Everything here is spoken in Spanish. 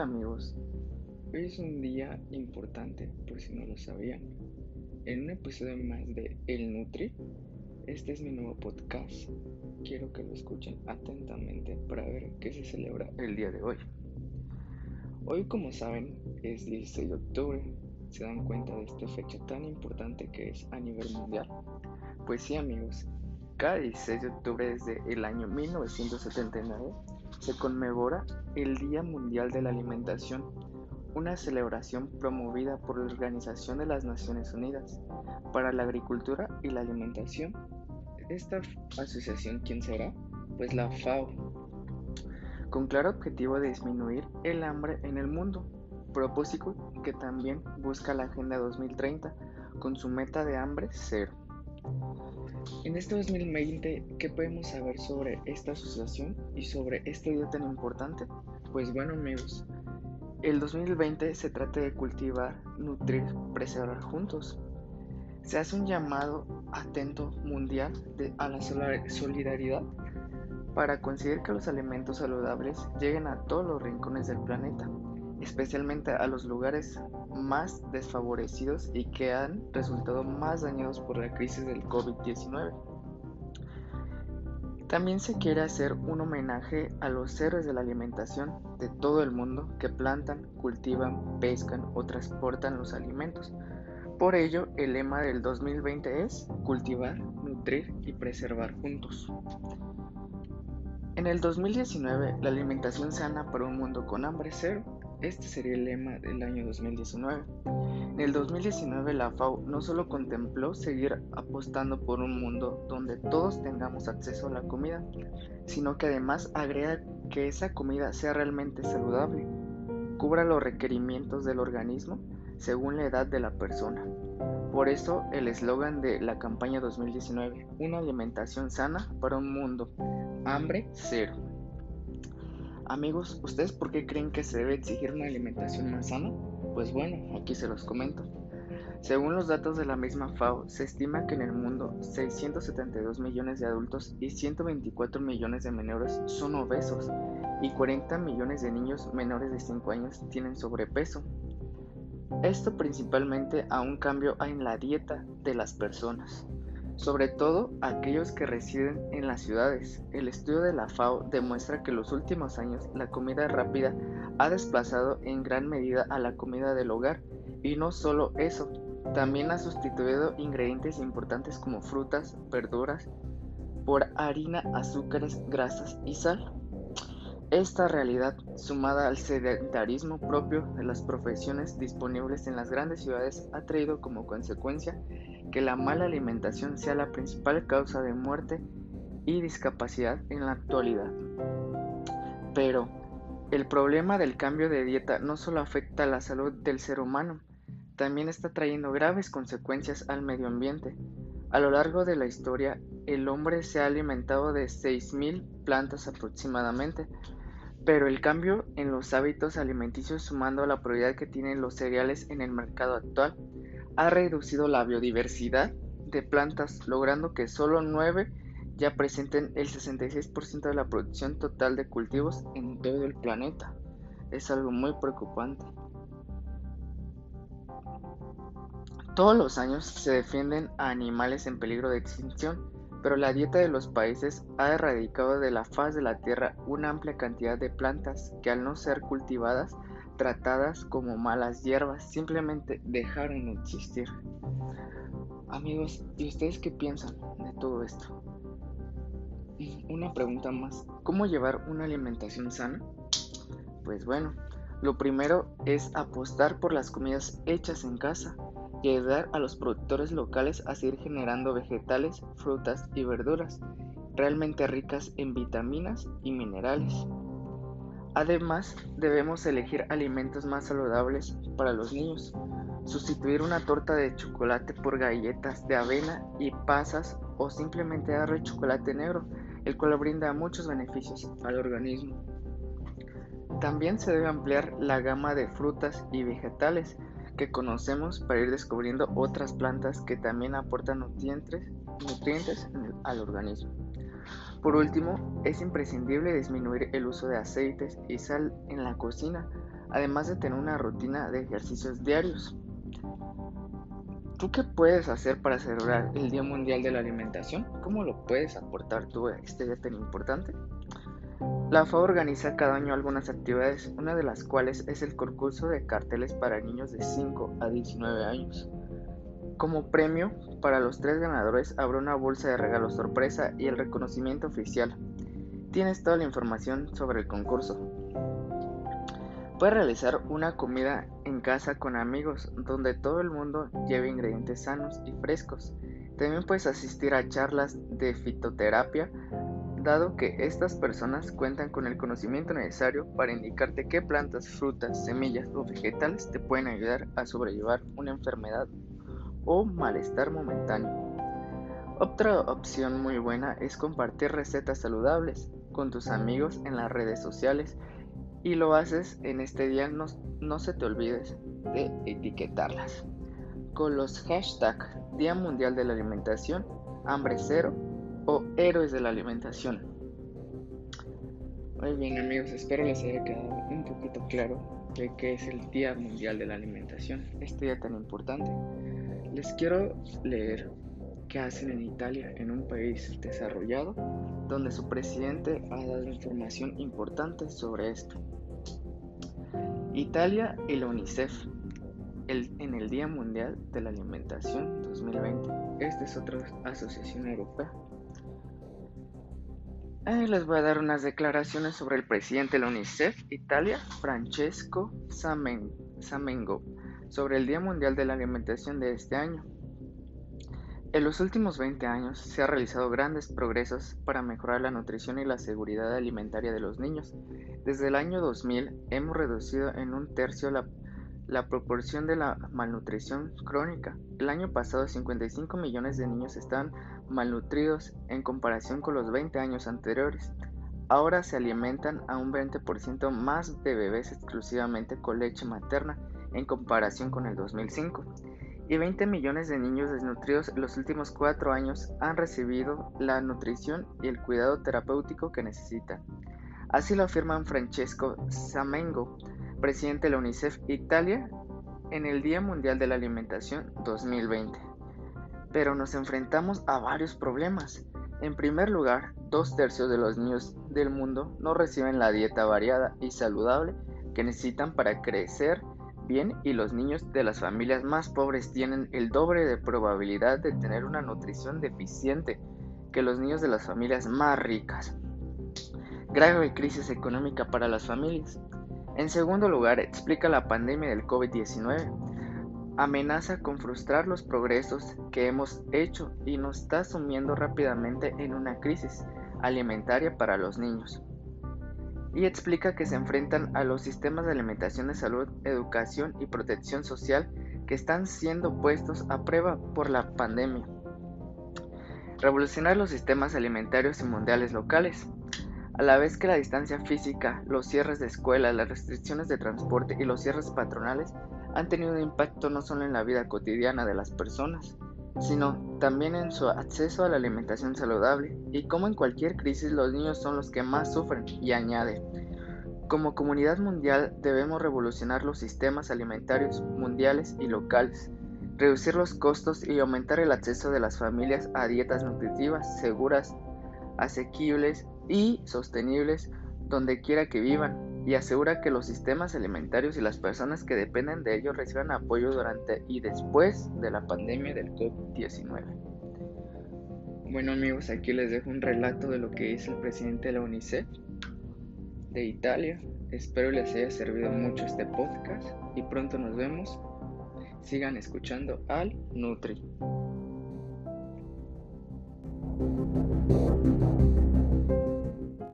amigos, hoy es un día importante por si no lo sabían. En un episodio más de El Nutri, este es mi nuevo podcast. Quiero que lo escuchen atentamente para ver qué se celebra el día de hoy. Hoy, como saben, es 16 de octubre. ¿Se dan cuenta de esta fecha tan importante que es a nivel mundial? Pues sí, amigos, cada 16 de octubre desde el año 1979 se conmemora el Día Mundial de la Alimentación, una celebración promovida por la Organización de las Naciones Unidas para la Agricultura y la Alimentación. Esta asociación, ¿quién será? Pues la FAO, con claro objetivo de disminuir el hambre en el mundo, propósito que también busca la Agenda 2030 con su meta de hambre cero. En este 2020, ¿qué podemos saber sobre esta asociación y sobre este día tan importante? Pues bueno, amigos, el 2020 se trata de cultivar, nutrir, preservar juntos. Se hace un llamado atento mundial a la solidaridad para conseguir que los alimentos saludables lleguen a todos los rincones del planeta, especialmente a los lugares más desfavorecidos y que han resultado más dañados por la crisis del COVID-19. También se quiere hacer un homenaje a los héroes de la alimentación de todo el mundo que plantan, cultivan, pescan o transportan los alimentos. Por ello, el lema del 2020 es cultivar, nutrir y preservar juntos. En el 2019, la alimentación sana para un mundo con hambre cero. Este sería el lema del año 2019. En el 2019, la FAO no solo contempló seguir apostando por un mundo donde todos tengamos acceso a la comida, sino que además agrega que esa comida sea realmente saludable, cubra los requerimientos del organismo según la edad de la persona. Por eso, el eslogan de la campaña 2019, una alimentación sana para un mundo, hambre cero. Amigos, ¿ustedes por qué creen que se debe exigir una alimentación más sana? Pues bueno, aquí se los comento. Según los datos de la misma FAO, se estima que en el mundo 672 millones de adultos y 124 millones de menores son obesos y 40 millones de niños menores de 5 años tienen sobrepeso. Esto principalmente a un cambio en la dieta de las personas, sobre todo aquellos que residen en las ciudades. El estudio de la FAO demuestra que en los últimos años la comida rápida ha desplazado en gran medida a la comida del hogar y no solo eso, también ha sustituido ingredientes importantes como frutas, verduras, por harina, azúcares, grasas y sal. Esta realidad, sumada al sedentarismo propio de las profesiones disponibles en las grandes ciudades, ha traído como consecuencia que la mala alimentación sea la principal causa de muerte y discapacidad en la actualidad. Pero el problema del cambio de dieta no solo afecta a la salud del ser humano, también está trayendo graves consecuencias al medio ambiente. A lo largo de la historia, el hombre se ha alimentado de 6.000 plantas aproximadamente, pero el cambio en los hábitos alimenticios, sumando a la prioridad que tienen los cereales en el mercado actual, ha reducido la biodiversidad de plantas, logrando que solo 9 ya presenten el 66% de la producción total de cultivos en todo el planeta. Es algo muy preocupante. Todos los años se defienden a animales en peligro de extinción, pero la dieta de los países ha erradicado de la faz de la tierra una amplia cantidad de plantas que, al no ser cultivadas, tratadas como malas hierbas, simplemente dejaron de existir. Amigos, ¿y ustedes qué piensan de todo esto? Una pregunta más, ¿cómo llevar una alimentación sana? Pues bueno, lo primero es apostar por las comidas hechas en casa y ayudar a los productores locales a seguir generando vegetales, frutas y verduras realmente ricas en vitaminas y minerales. Además, debemos elegir alimentos más saludables para los niños. Sustituir una torta de chocolate por galletas de avena y pasas o simplemente darle chocolate negro, el cual brinda muchos beneficios al organismo. También se debe ampliar la gama de frutas y vegetales que conocemos para ir descubriendo otras plantas que también aportan nutrientes al organismo. Por último, es imprescindible disminuir el uso de aceites y sal en la cocina además de tener una rutina de ejercicios diarios. ¿Tú qué puedes hacer para celebrar el Día Mundial de la Alimentación? ¿Cómo lo puedes aportar tú a este día tan importante? La FAO organiza cada año algunas actividades, una de las cuales es el concurso de carteles para niños de 5 a 19 años. Como premio, para los 3 ganadores habrá una bolsa de regalo sorpresa y el reconocimiento oficial. Tienes toda la información sobre el concurso. Puedes realizar una comida en casa con amigos donde todo el mundo lleve ingredientes sanos y frescos. También puedes asistir a charlas de fitoterapia, dado que estas personas cuentan con el conocimiento necesario para indicarte qué plantas, frutas, semillas o vegetales te pueden ayudar a sobrellevar una enfermedad o malestar momentáneo. Otra opción muy buena es compartir recetas saludables con tus amigos en las redes sociales y lo haces en este día, no se te olvides de etiquetarlas con los hashtags Día Mundial de la Alimentación, Hambre Cero o Héroes de la Alimentación. Muy bien amigos, espero les haya quedado un poquito claro de qué es el Día Mundial de la Alimentación, este día tan importante. Les quiero leer qué hacen en Italia, en un país desarrollado, donde su presidente ha dado información importante sobre esto. Italia y la UNICEF en el Día Mundial de la Alimentación 2020. Esta es otra asociación europea. Les voy a dar unas declaraciones sobre el presidente de la UNICEF Italia, Francesco Samengo, sobre el Día Mundial de la Alimentación de este año. En los últimos 20 años se han realizado grandes progresos para mejorar la nutrición y la seguridad alimentaria de los niños. Desde el año 2000 hemos reducido en un tercio la proporción de la malnutrición crónica. El año pasado 55 millones de niños estaban malnutridos en comparación con los 20 años anteriores. Ahora se alimentan a un 20% más de bebés exclusivamente con leche materna en comparación con el 2005. Y 20 millones de niños desnutridos en los últimos 4 años han recibido la nutrición y el cuidado terapéutico que necesitan. Así lo afirma Francesco Samengo, presidente de la UNICEF Italia, en el Día Mundial de la Alimentación 2020. Pero nos enfrentamos a varios problemas. En primer lugar, 2/3 de los niños del mundo no reciben la dieta variada y saludable que necesitan para crecer bien, y los niños de las familias más pobres tienen el doble de probabilidad de tener una nutrición deficiente que los niños de las familias más ricas. Grave crisis económica para las familias. En segundo lugar, explica la pandemia del COVID-19. Amenaza con frustrar los progresos que hemos hecho y nos está sumiendo rápidamente en una crisis alimentaria para los niños. Y explica que se enfrentan a los sistemas de alimentación, de salud, educación y protección social que están siendo puestos a prueba por la pandemia. Revolucionar los sistemas alimentarios y mundiales locales. A la vez que la distancia física, los cierres de escuelas, las restricciones de transporte y los cierres patronales han tenido un impacto no solo en la vida cotidiana de las personas, sino también en su acceso a la alimentación saludable, y como en cualquier crisis los niños son los que más sufren, y añade: como comunidad mundial debemos revolucionar los sistemas alimentarios mundiales y locales, reducir los costos y aumentar el acceso de las familias a dietas nutritivas, seguras, asequibles y sostenibles donde quiera que vivan, y asegura que los sistemas alimentarios y las personas que dependen de ellos reciban apoyo durante y después de la pandemia del COVID-19. Bueno amigos, aquí les dejo un relato de lo que hizo el presidente de la UNICEF de Italia. Espero les haya servido mucho este podcast y pronto nos vemos. Sigan escuchando al Nutri.